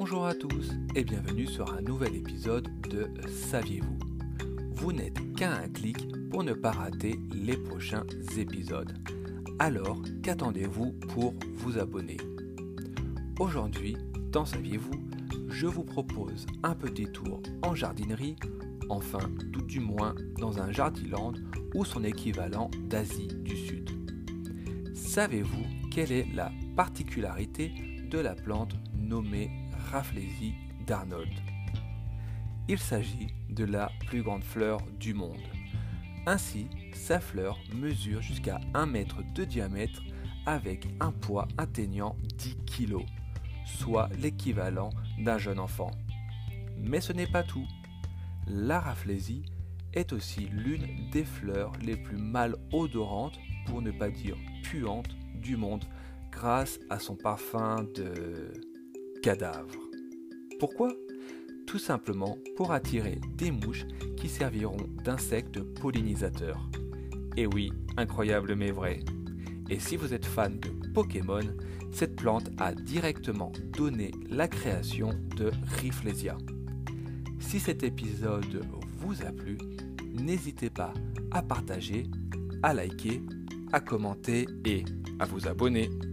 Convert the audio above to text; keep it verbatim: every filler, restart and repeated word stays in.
Bonjour à tous et bienvenue sur un nouvel épisode de Saviez-vous? Vous n'êtes qu'à un clic pour ne pas rater les prochains épisodes. Alors, qu'attendez-vous pour vous abonner? Aujourd'hui, dans Saviez-vous, je vous propose un petit tour en jardinerie, enfin tout du moins dans un Jardiland ou son équivalent d'Asie du Sud. Savez-vous quelle est la particularité de la plante nommée Rafflesia d'Arnold? Il s'agit de la plus grande fleur du monde. Ainsi, sa fleur mesure jusqu'à un mètre de diamètre avec un poids atteignant dix kilos, soit l'équivalent d'un jeune enfant. Mais ce n'est pas tout. La Rafflesia est aussi l'une des fleurs les plus malodorantes, pour ne pas dire puantes, du monde, grâce à son parfum de cadavre. Pourquoi ? Tout simplement pour attirer des mouches qui serviront d'insectes pollinisateurs. Et oui, incroyable mais vrai. Et si vous êtes fan de Pokémon, cette plante a directement donné la création de Rafflesia. Si cet épisode vous a plu, n'hésitez pas à partager, à liker, à commenter et à vous abonner.